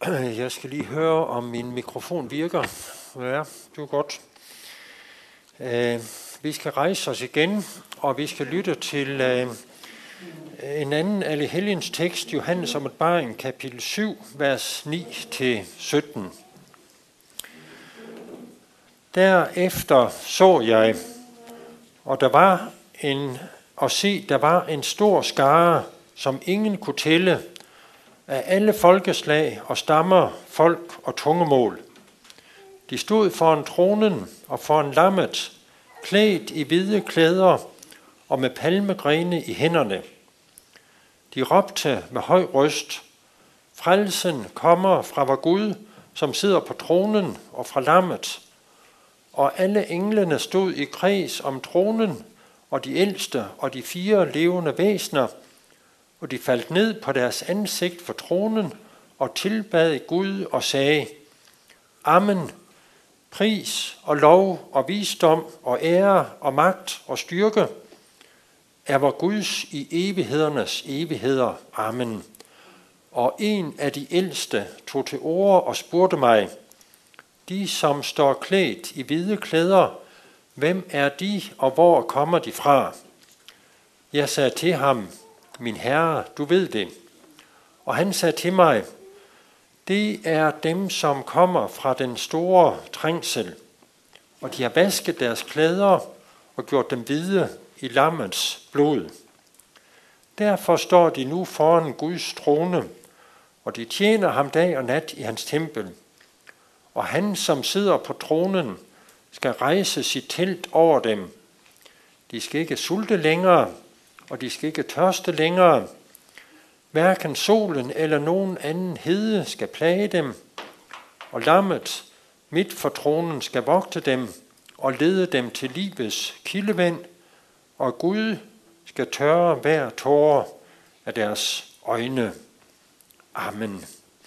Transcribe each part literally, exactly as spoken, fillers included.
Jeg skal lige høre, om min mikrofon virker. Ja, det er godt. Vi skal rejse os igen, og vi skal lytte til en anden Allehelgens tekst, Johannes Åbenbaring, kapitel syv, vers ni til sytten. Derefter så jeg, og der var en, og se, der var en stor skare, som ingen kunne tælle, af alle folkeslag og stammer, folk og tungemål. De stod foran tronen og foran lammet, klædt i hvide klæder og med palmegrene i hænderne. De råbte med høj røst: Frelsen kommer fra vor Gud, som sidder på tronen, og fra lammet. Og alle englene stod i kreds om tronen, og de ældste og de fire levende væsener, og de faldt ned på deres ansigt for tronen og tilbad Gud og sagde: Amen. Pris og lov og visdom og ære og magt og styrke er vor Guds i evighedernes evigheder. Amen. Og en af de ældste tog til orde og spurgte mig: De, som står klædt i hvide klæder, hvem er de, og hvor kommer de fra? Jeg sagde til ham: Min herre, du ved det. Og han sagde til mig: Det er dem, som kommer fra den store trængsel, og de har vasket deres klæder og gjort dem hvide i lammets blod. Derfor står de nu foran Guds trone, og de tjener ham dag og nat i hans tempel. Og han, som sidder på tronen, skal rejse sit telt over dem. De skal ikke sulte længere, og de skal ikke tørste længere. Hverken solen eller nogen anden hede skal plage dem, og lammet midt for tronen skal vogte dem og lede dem til livets kildevand, og Gud skal tørre hver tåre af deres øjne. Amen.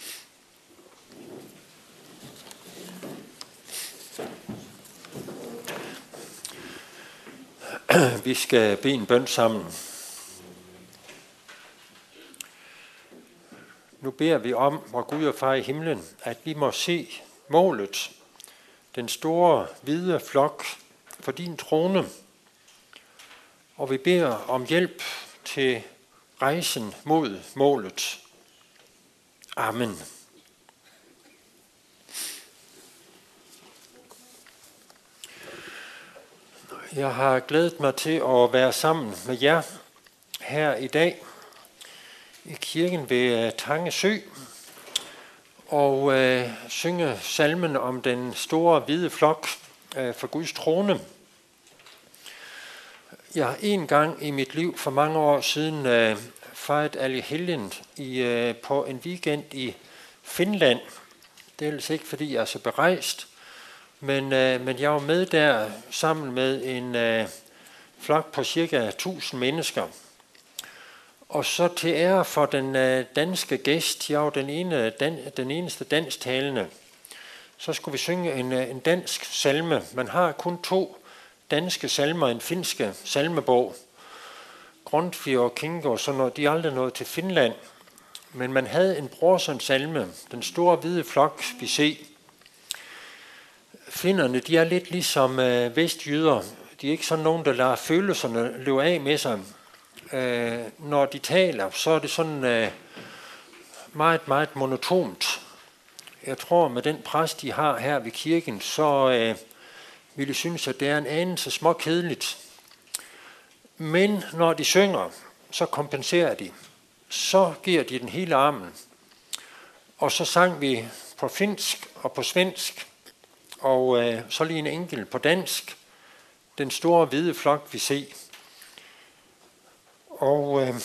Vi skal bede en bøn sammen. Nu beder vi om, vor Gud og Far i himlen, at vi må se målet, den store hvide flok for din trone. Og vi beder om hjælp til rejsen mod målet. Amen. Jeg har glædet mig til at være sammen med jer her i dag i kirken ved Tange Sø og øh, synge salmen om den store hvide flok øh, for Guds trone. Jeg har en gang i mit liv for mange år siden øh, fejret Allehelgen i øh, på en weekend i Finland. Det er altså ikke fordi jeg er så berejst, men øh, men jeg var med der sammen med en øh, flok på cirka tusind mennesker. Og så til ære for den øh, danske gæst, jeg var den, ene, dan, den eneste dansktalende, så skulle vi synge en, øh, en dansk salme. Man har kun to danske salmer i en finske salmebog. Grundtvig og Kingo, så når de aldrig nåede til Finland. Men man havde en brorson salme, den store hvide flok, vi ser. Finnerne, de er lidt ligesom øh, vestjyder. De er ikke sådan nogen, der lader følelserne løbe af med sig. Øh, når de taler, så er det sådan øh, meget, meget monotont. Jeg tror, med den præst, de har her ved kirken, så øh, vil jeg synes, at det er en anelse småkedeligt. Men når de synger, så kompenserer de. Så giver de den hele armen. Og så sang vi på finsk og på svensk, og øh, så lige en enkelt på dansk. Den store hvide flok, vi ser. Og øh,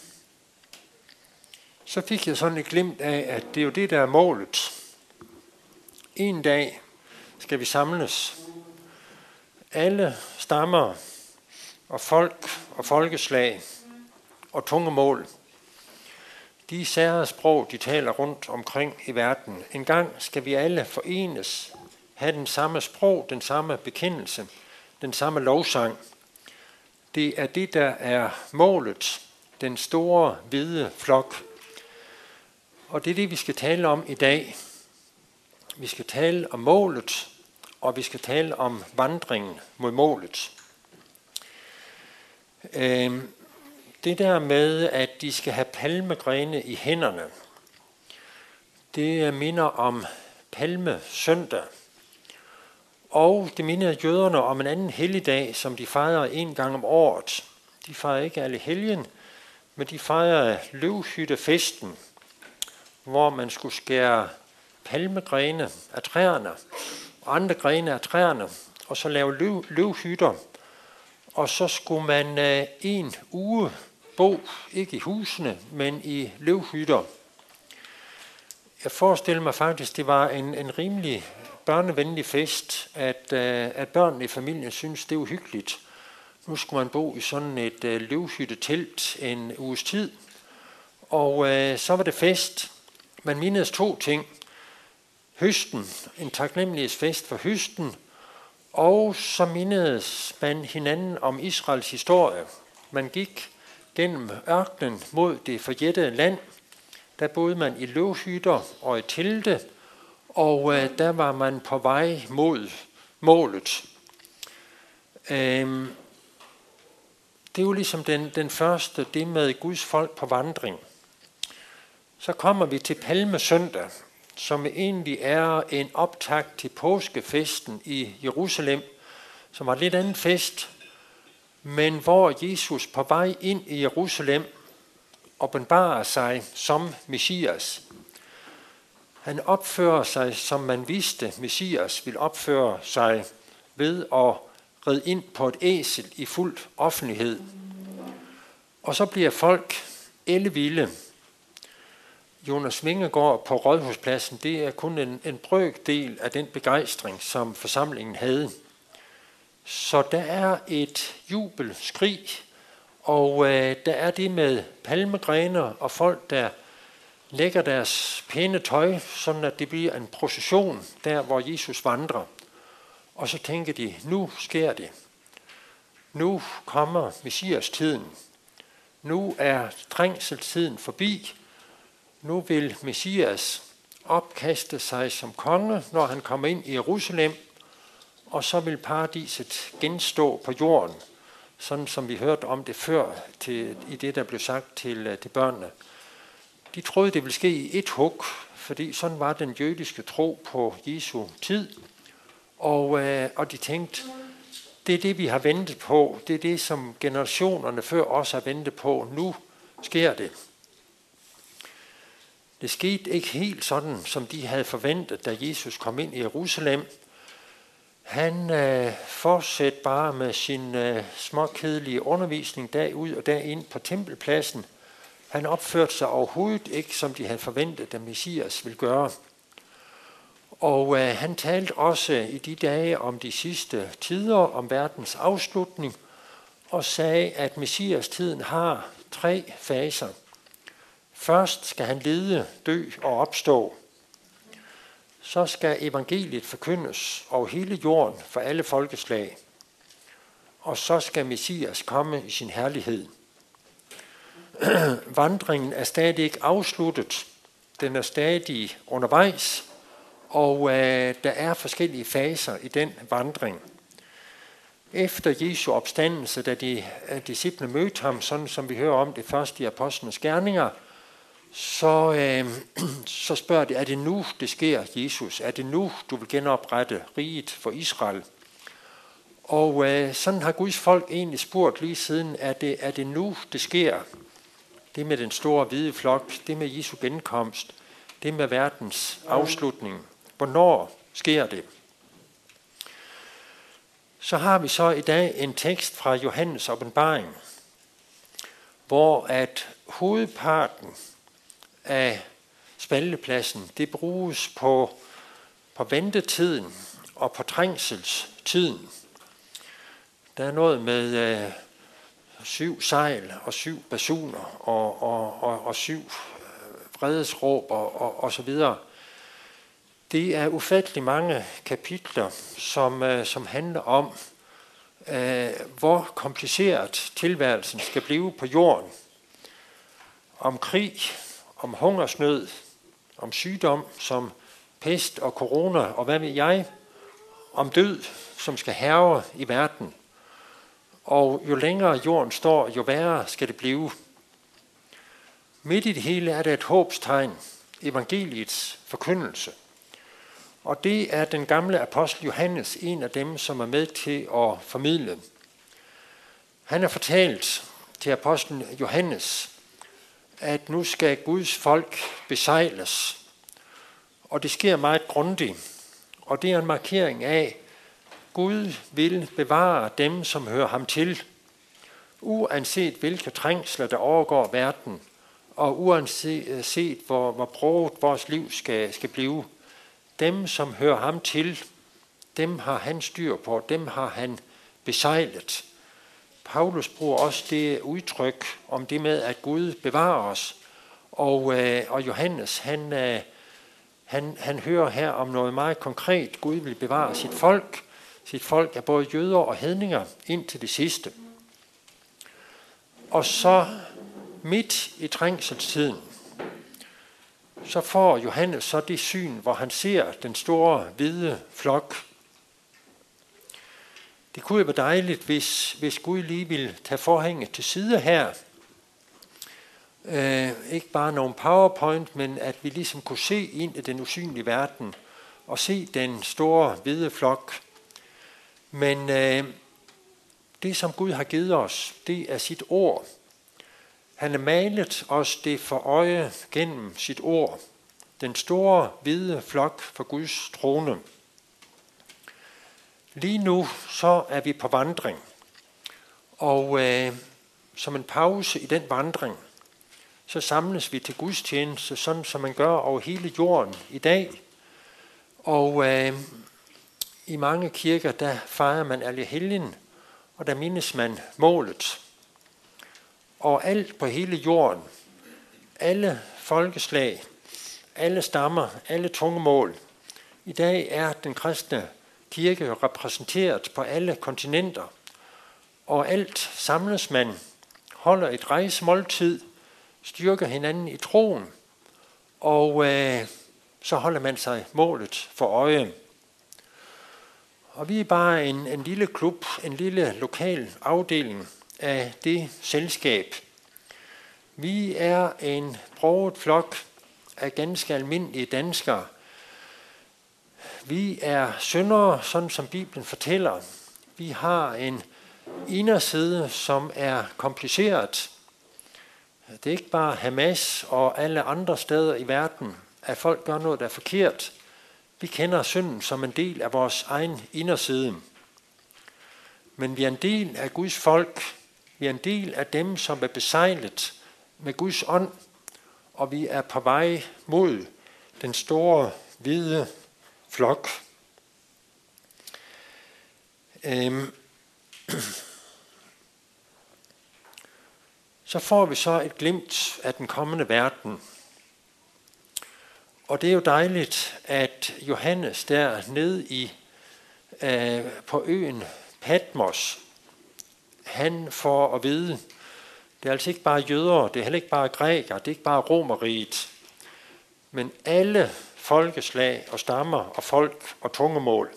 så fik jeg sådan et glimt af, at det er jo det, der er målet. En dag skal vi samles. Alle stammer og folk og folkeslag og tungemål. De sære sprog, de taler rundt omkring i verden. En gang skal vi alle forenes, have den samme sprog, den samme bekendelse, den samme lovsang. Det er det, der er målet, den store hvide flok. Og det er det, vi skal tale om i dag. Vi skal tale om målet, og vi skal tale om vandringen mod målet. Det der med, at de skal have palmegrene i hænderne, det minder om palmesøndag. Og det minder jøderne om en anden helligdag, som de fejrer en gang om året. De fejrer ikke alle helgen, men de fejrer løvhyttefesten, hvor man skulle skære palmegrene af træerne og andre grene af træerne, og så lave løv, løvhytter. Og så skulle man øh, en uge bo, ikke i husene, men i løvhytter. Jeg forestiller mig faktisk, det var en, en rimelig børnevenlig fest, at, øh, at børnene i familien synes, det er uhyggeligt. Nu skulle man bo i sådan et øh, løvhyttetelt en uges tid. Og øh, så var det fest. Man mindes to ting. Høsten, en taknemmelighedsfest for høsten, og så mindedes man hinanden om Israels historie. Man gik gennem ørkenen mod det forjættede land. Der boede man i løvhytter og i telte, og øh, der var man på vej mod målet. Øhm, det er jo ligesom den, den første, det med Guds folk på vandring. Så kommer vi til Palmesøndag, som egentlig er en optakt til påskefesten i Jerusalem, som var en lidt anden fest, men hvor Jesus på vej ind i Jerusalem åbenbarer sig som Messias. Han opfører sig, som man vidste, Messias ville opføre sig ved at ride ind på et æsel i fuld offentlighed. Og så bliver folk ellevilde. Jonas Vingegaard på Rådhuspladsen, det er kun en, en brøkdel af den begejstring, som forsamlingen havde. Så der er et jubelskrig, og øh, der er det med palmegrener og folk, der lægger deres pæne tøj, sådan at det bliver en procession der, hvor Jesus vandrer. Og så tænker de, nu sker det. Nu kommer Messias-tiden. Nu er trængselstiden forbi. Nu vil Messias opkaste sig som konge, når han kommer ind i Jerusalem, og så vil paradiset genstå på jorden, sådan som vi hørte om det før til, i det, der blev sagt til, til børnene. De troede, det ville ske i et hug, fordi sådan var den jødiske tro på Jesu tid. Og, øh, og de tænkte, det er det, vi har ventet på. Det er det, som generationerne før os har ventet på. Nu sker det. Det skete ikke helt sådan, som de havde forventet, da Jesus kom ind i Jerusalem. Han øh, fortsatte bare med sin øh, småkedelige undervisning dag ud og dag ind på tempelpladsen. Han opførte sig overhovedet ikke, som de havde forventet, at Messias ville gøre. Og øh, han talte også i de dage om de sidste tider, om verdens afslutning, og sagde, at Messias-tiden har tre faser. Først skal han lide, dø og opstå. Så skal evangeliet forkyndes over hele jorden for alle folkeslag. Og så skal Messias komme i sin herlighed. Vandringen er stadig ikke afsluttet. Den er stadig undervejs, og øh, der er forskellige faser i den vandring. Efter Jesu opstandelse, da de disciplene mødte ham, sådan som vi hører om det først i Apostlenes Gerninger, så, øh, så spørger de, er det nu, det sker, Jesus? Er det nu, du vil genoprette riget for Israel? Og øh, sådan har Guds folk egentlig spurgt lige siden, er det, er det nu, det sker? Det med den store hvide flok, det med Jesu genkomst, det med verdens afslutning. Hvornår sker det? Så har vi så i dag en tekst fra Johannes åbenbaring, hvor at hovedparten af spaltepladsen, det bruges på, på ventetiden og på trængselstiden. Der er noget med øh, syv sejl og syv basuner og, og, og, og syv vredesråb og, og, og så videre. Det er ufattelig mange kapitler, som, øh, som handler om, øh, hvor kompliceret tilværelsen skal blive på jorden. Om krig, om hungersnød, om sygdom som pest og corona, og hvad ved jeg, om død, som skal hærge i verden. Og jo længere jorden står, jo værre skal det blive. Midt i det hele er der et håbstegn, evangeliets forkyndelse. Og det er den gamle apostel Johannes, en af dem, som er med til at formidle. Han har fortalt til apostlen Johannes, at nu skal Guds folk besejles. Og det sker meget grundigt. Og det er en markering af, at Gud vil bevare dem, som hører ham til, uanset hvilke trængsler, der overgår verden, og uanset hvor, hvor broget vores liv skal, skal blive. Dem, som hører ham til, dem har han styr på, dem har han besejlet. Paulus bruger også det udtryk om det med, at Gud bevarer os. Og, øh, og Johannes, han, øh, han, han hører her om noget meget konkret. Gud vil bevare sit folk. Sit folk er både jøder og hedninger ind til det sidste. Og så midt i trængselstiden, så får Johannes så det syn, hvor han ser den store hvide flok. Det kunne jo være dejligt, hvis, hvis Gud lige ville tage forhænget til side her. Øh, ikke bare nogle PowerPoint, men at vi ligesom kunne se ind i den usynlige verden og se den store hvide flok. Men øh, det, som Gud har givet os, det er sit ord. Han har malet os det for øje gennem sit ord. Den store hvide flok for Guds trone. Lige nu så er vi på vandring. Og øh, som en pause i den vandring, så samles vi til gudstjeneste, sådan som man gør over hele jorden i dag. Og øh, i mange kirker, der fejrer man Allehelgen, og der mindes man målet. Og alt på hele jorden, alle folkeslag, alle stammer, alle tungemål. I dag er den kristne kirke repræsenteret på alle kontinenter. Og alt samles man, holder et rejsemåltid, styrker hinanden i troen, og øh, så holder man sig målet for øje. Og vi er bare en, en lille klub, en lille lokal afdeling af det selskab. Vi er en broget flok af ganske almindelige danskere. Vi er syndere, sådan som Bibelen fortæller. Vi har en inderside, som er kompliceret. Det er ikke bare Hamas og alle andre steder i verden, at folk gør noget, der er forkert. Vi kender synden som en del af vores egen inderside. Men vi er en del af Guds folk. Vi er en del af dem, som er besejlet med Guds ånd. Og vi er på vej mod den store, hvide flok. Øhm. Så får vi så et glimt af den kommende verden. Og det er jo dejligt, at Johannes der nede i, øh, på øen Patmos, han får at vide, det er altså ikke bare jøder, det er heller ikke bare grækere, det er ikke bare Romerriget, men alle folkeslag og stammer og folk og tungemål.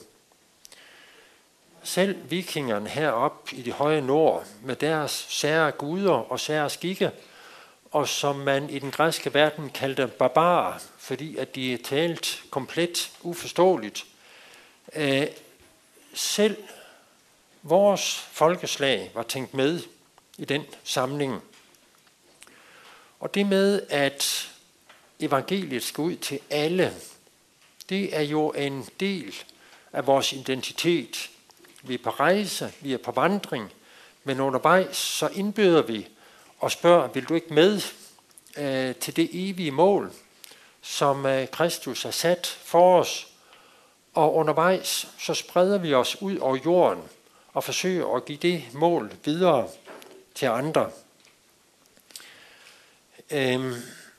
Selv vikingerne heroppe i det høje nord med deres sære guder og sære skikke, og som man i den græske verden kaldte barbarer, fordi at de talt komplet uforståeligt. Øh, selv vores folkeslag var tænkt med i den samling. Og det med, at evangeliet skal ud til alle, det er jo en del af vores identitet. Vi er på rejse, vi er på vandring, men undervejs så indbyder vi og spørger, vil du ikke med øh, til det evige mål, som øh, Kristus har sat for os? Og undervejs så spreder vi os ud over jorden og forsøger at give det mål videre til andre. Øhm,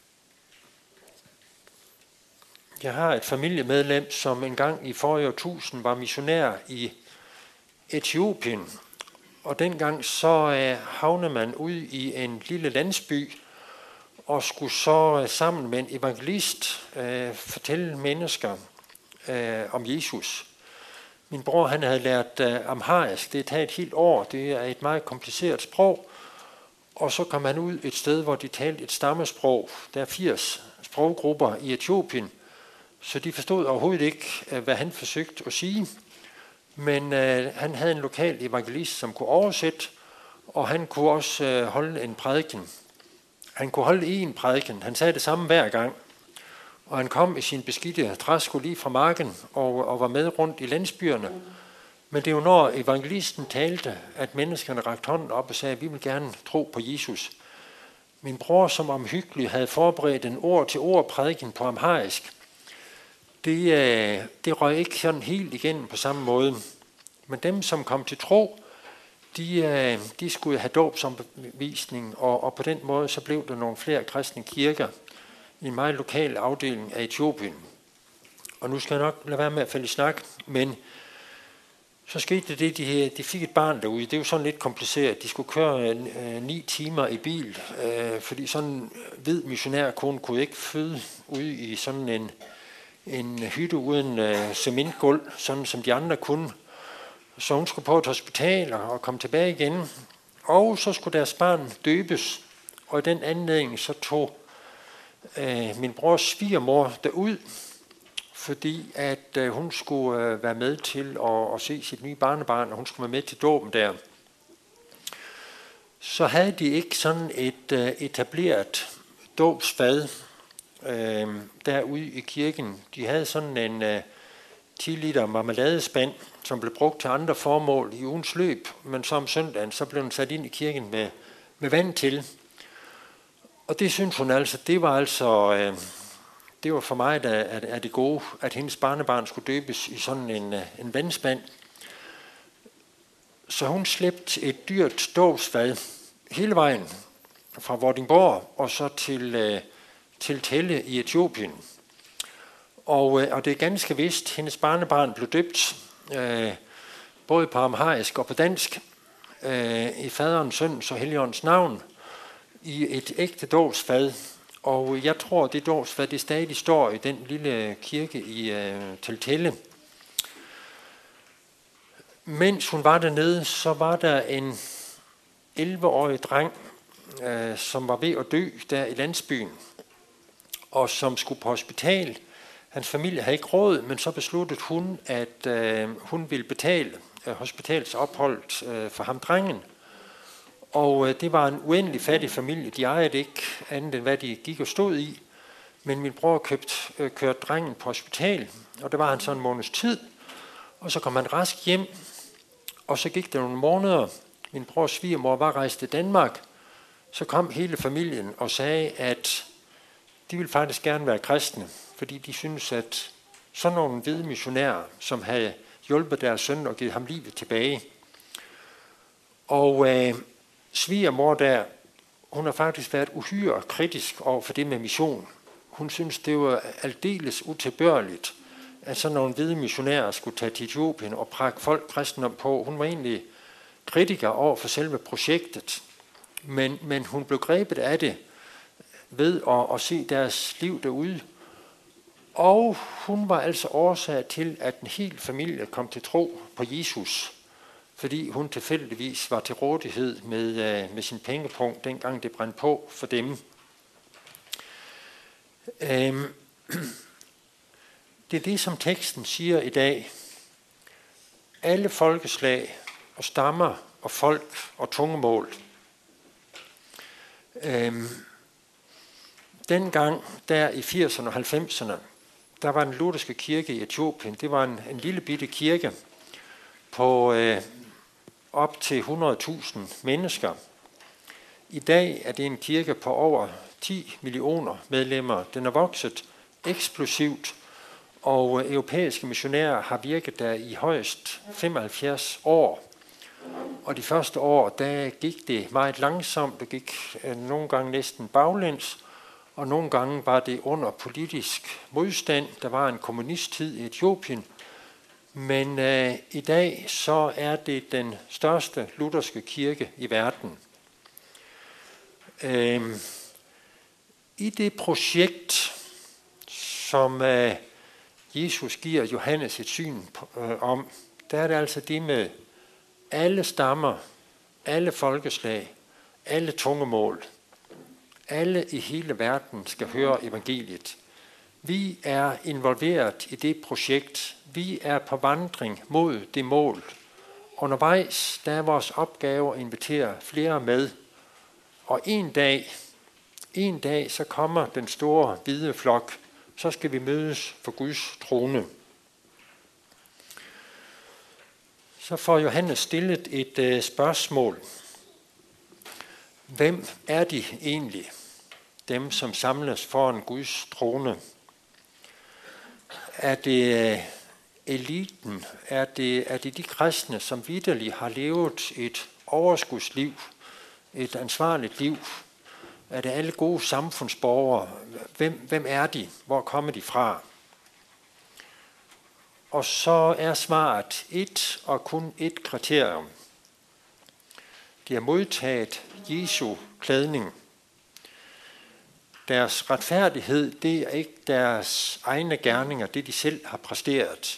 jeg har et familiemedlem, som engang i forrige årtusind var missionær i Etiopien. Og dengang så øh, havnede man ud i en lille landsby, og skulle så sammen med en evangelist øh, fortælle mennesker øh, om Jesus. Min bror han havde lært øh, amharisk. Det taget et helt år. Det er et meget kompliceret sprog. Og så kom han ud et sted, hvor de talte et stammesprog. Der er firs sproggrupper i Etiopien, så de forstod overhovedet ikke, hvad han forsøgte at sige. Men øh, han havde en lokal evangelist, som kunne oversætte, og han kunne også øh, holde en prædiken. Han kunne holde en prædiken. Han sagde det samme hver gang. Og han kom i sin beskidte træsko lige fra marken og, og var med rundt i landsbyerne. Men det er jo når evangelisten talte, at menneskerne rakte hånden op og sagde, at vi vil gerne tro på Jesus. Min bror, som omhyggelig havde forberedt en ord-til-ord prædiken på amharisk, det, det røg ikke sådan helt igennem på samme måde. Men dem, som kom til tro, de, de skulle have dåbsomvisning, og, og på den måde så blev der nogle flere kristne kirker i en meget lokal afdeling af Etiopien. Og nu skal jeg nok lade være med at falde i snak, men så skete det, de, de fik et barn derude. Det er jo sådan lidt kompliceret. De skulle køre øh, ni timer i bil, øh, fordi sådan en hvid missionærkone kunne ikke føde ude i sådan en, en hytte uden øh, cementgulv, sådan som de andre kunne. Så hun skulle på et hospital og komme tilbage igen. Og så skulle deres barn døbes. Og i den anledning så tog øh, min brors svigermor derud, fordi at øh, hun skulle øh, være med til at, at se sit nye barnebarn, og hun skulle være med til dåben der. Så havde de ikke sådan et øh, etableret dåbsfad øh, derude i kirken. De havde sådan en øh, ti liter marmeladespand, som blev brugt til andre formål i ugens løb, men så om søndagen, så blev den sat ind i kirken med, med vand til. Og det synes hun altså, det var altså... Øh, Det var for mig af det gode, at hendes barnebarn skulle døbes i sådan en, en vandspand. Så hun slæbte et dyrt dåbsfad hele vejen fra Vordingborg og så til, til Telle i Etiopien. Og, og det er ganske vist, at hendes barnebarn blev døbt øh, både på amharisk og på dansk øh, i faderens, søns og helligåndens navn i et ægte dåbsfad. Og jeg tror, det dåbsfad, det stadig står i den lille kirke i øh, Telle. Mens hun var dernede, så var der en elleve-årig dreng, øh, som var ved at dø der i landsbyen, og som skulle på hospital. Hans familie havde ikke råd, men så besluttede hun, at øh, hun ville betale øh, hospitalsopholdet øh, for ham, drengen. Og øh, det var en uendelig fattig familie. De ejede ikke andet end, hvad de gik og stod i. Men min bror købte, øh, kørte drengen på hospital, og der var han så en måneds tid. Og så kom han rask hjem, og så gik der nogle måneder. Min brors svigermor var rejst til Danmark. Så kom hele familien og sagde, at de ville faktisk gerne være kristne, fordi de syntes, at sådan nogle hvide missionærer, som havde hjulpet deres søn og givet ham livet tilbage. Og øh, svigermor der, hun har faktisk været uhyre kritisk over for det med mission. Hun synes, det var aldeles utilbørligt, at sådan nogle hvide missionærer skulle tage til Etiopien og prakke folk kristendom på. Hun var egentlig kritiker over for selve projektet, men, men hun blev grebet af det ved at, at se deres liv derude. Og hun var altså årsag til, at en hel familie kom til tro på Jesus, fordi hun tilfældigvis var til rådighed med, med sin pengepunkt, dengang det brændte på for dem. Øhm, det er det, som teksten siger i dag. Alle folkeslag og stammer og folk og tungemål. Øhm, dengang, der i firserne og halvfemserne, der var den lutherske kirke i Etiopien. Det var en, en lille bitte kirke på øh, op til hundrede tusind mennesker. I dag er det en kirke på over ti millioner medlemmer. Den er vokset eksplosivt, og europæiske missionærer har virket der i højst femoghalvfjerds år. Og de første år, der gik det meget langsomt. Det gik øh, nogle gange næsten baglæns, og nogle gange var det under politisk modstand. Der var en kommunisttid i Etiopien. Men øh, i dag så er det den største lutherske kirke i verden. Øh, I det projekt, som øh, Jesus giver Johannes et syn øh, om, der er det altså det med alle stammer, alle folkeslag, alle tungemål. Alle i hele verden skal høre evangeliet. Vi er involveret i det projekt. Vi er på vandring mod det mål. Undervejs, der er vores opgave at invitere flere med. Og en dag, en dag, så kommer den store hvide flok. Så skal vi mødes for Guds trone. Så får Johannes stillet et øh, spørgsmål. Hvem er de egentlig, dem som samles foran Guds trone? Er det eliten? Er det, er det de kristne, som vitterligt har levet et overskudsliv, et ansvarligt liv? Er det alle gode samfundsborgere? Hvem, hvem er de? Hvor kommer de fra? Og så er svaret et og kun et kriterium. De har modtaget Jesu klædning. Deres retfærdighed, det er ikke deres egne gerninger, det de selv har præsteret.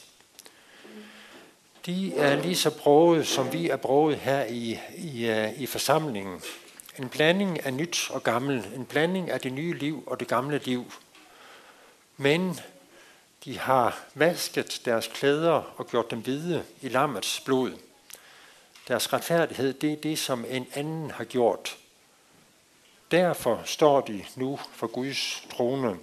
De er lige så broget, som vi er broget her i, i, i forsamlingen. En blanding af nyt og gammel, en blanding af det nye liv og det gamle liv. Men de har vasket deres klæder og gjort dem hvide i lammets blod. Deres retfærdighed, det er det, som en anden har gjort. Derfor står de nu for Guds trone.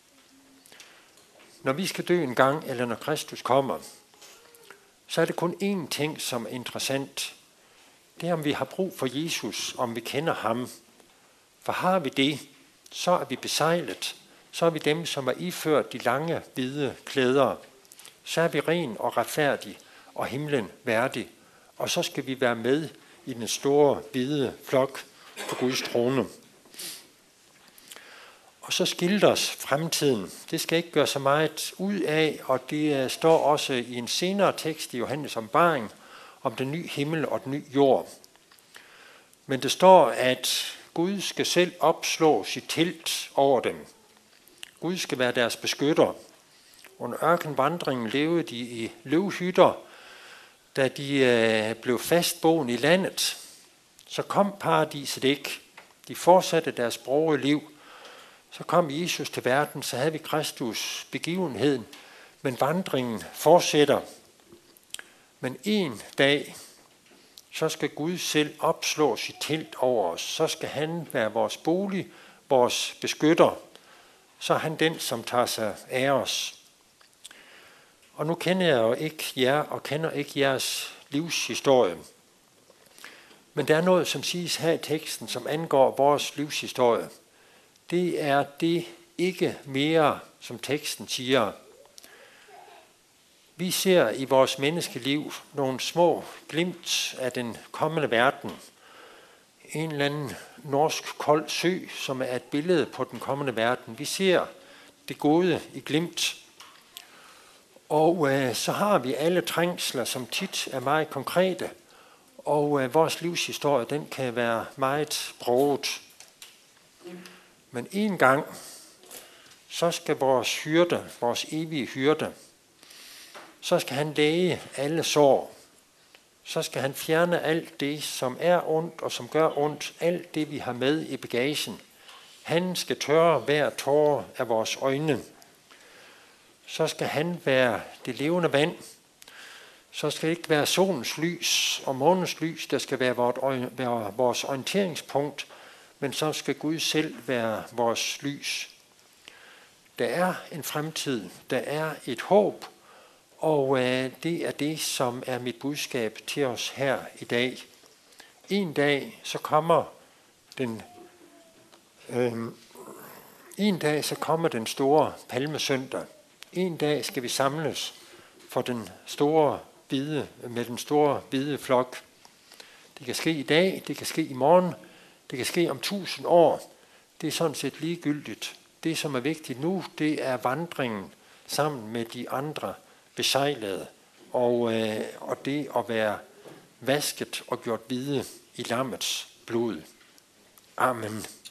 Når vi skal dø en gang, eller når Kristus kommer, så er det kun én ting, som er interessant. Det er, om vi har brug for Jesus, om vi kender ham. For har vi det, så er vi besejlet. Så er vi dem, som er iført de lange, hvide klæder. Så er vi ren og retfærdig og himlen værdig. Og så skal vi være med i den store, hvide flok på Guds trone. Og så skildres fremtiden. Det skal ikke gøre så meget ud af, og det står også i en senere tekst i Johannes åbenbaring om den nye himmel og den nye jord. Men det står, at Gud skal selv opslå sit telt over dem. Gud skal være deres beskytter. Under ørkenvandringen levede de i løvhytter, da de blev fastboende i landet. Så kom paradiset ikke. De fortsatte deres brogede liv. Så kom Jesus til verden, så havde vi Kristus begivenheden, men vandringen fortsætter. Men en dag, så skal Gud selv opslå sit telt over os. Så skal han være vores bolig, vores beskytter. Så er han den, som tager sig af os. Og nu kender jeg jo ikke jer, og kender ikke jeres livshistorie. Men der er noget, som siges her i teksten, som angår vores livshistorie. Det er det ikke mere, som teksten siger. Vi ser i vores menneskeliv nogle små glimt af den kommende verden. En eller anden norsk kold sø, som er et billede på den kommende verden. Vi ser det gode i glimt. Og øh, så har vi alle trængsler, som tit er meget konkrete. Og øh, vores livshistorie, den kan være meget broget. Men en gang, så skal vores hyrde, vores evige hyrde, så skal han læge alle sår. Så skal han fjerne alt det, som er ondt og som gør ondt, alt det, vi har med i bagagen. Han skal tørre hver tåre af vores øjne. Så skal han være det levende vand. Så skal det ikke være solens lys og månens lys, der skal være vores orienteringspunkt, men så skal Gud selv være vores lys. Der er en fremtid, der er et håb, og øh, det er det, som er mit budskab til os her i dag. En dag så kommer den, øh, en dag så kommer den store palmesøndag. En dag skal vi samles for den store hvide, med den store hvide flok. Det kan ske i dag, det kan ske i morgen, det kan ske om tusind år. Det er sådan set ligegyldigt. Det, som er vigtigt nu, det er vandringen sammen med de andre besejlede. Og, øh, og det at være vasket og gjort hvide i lammets blod. Amen.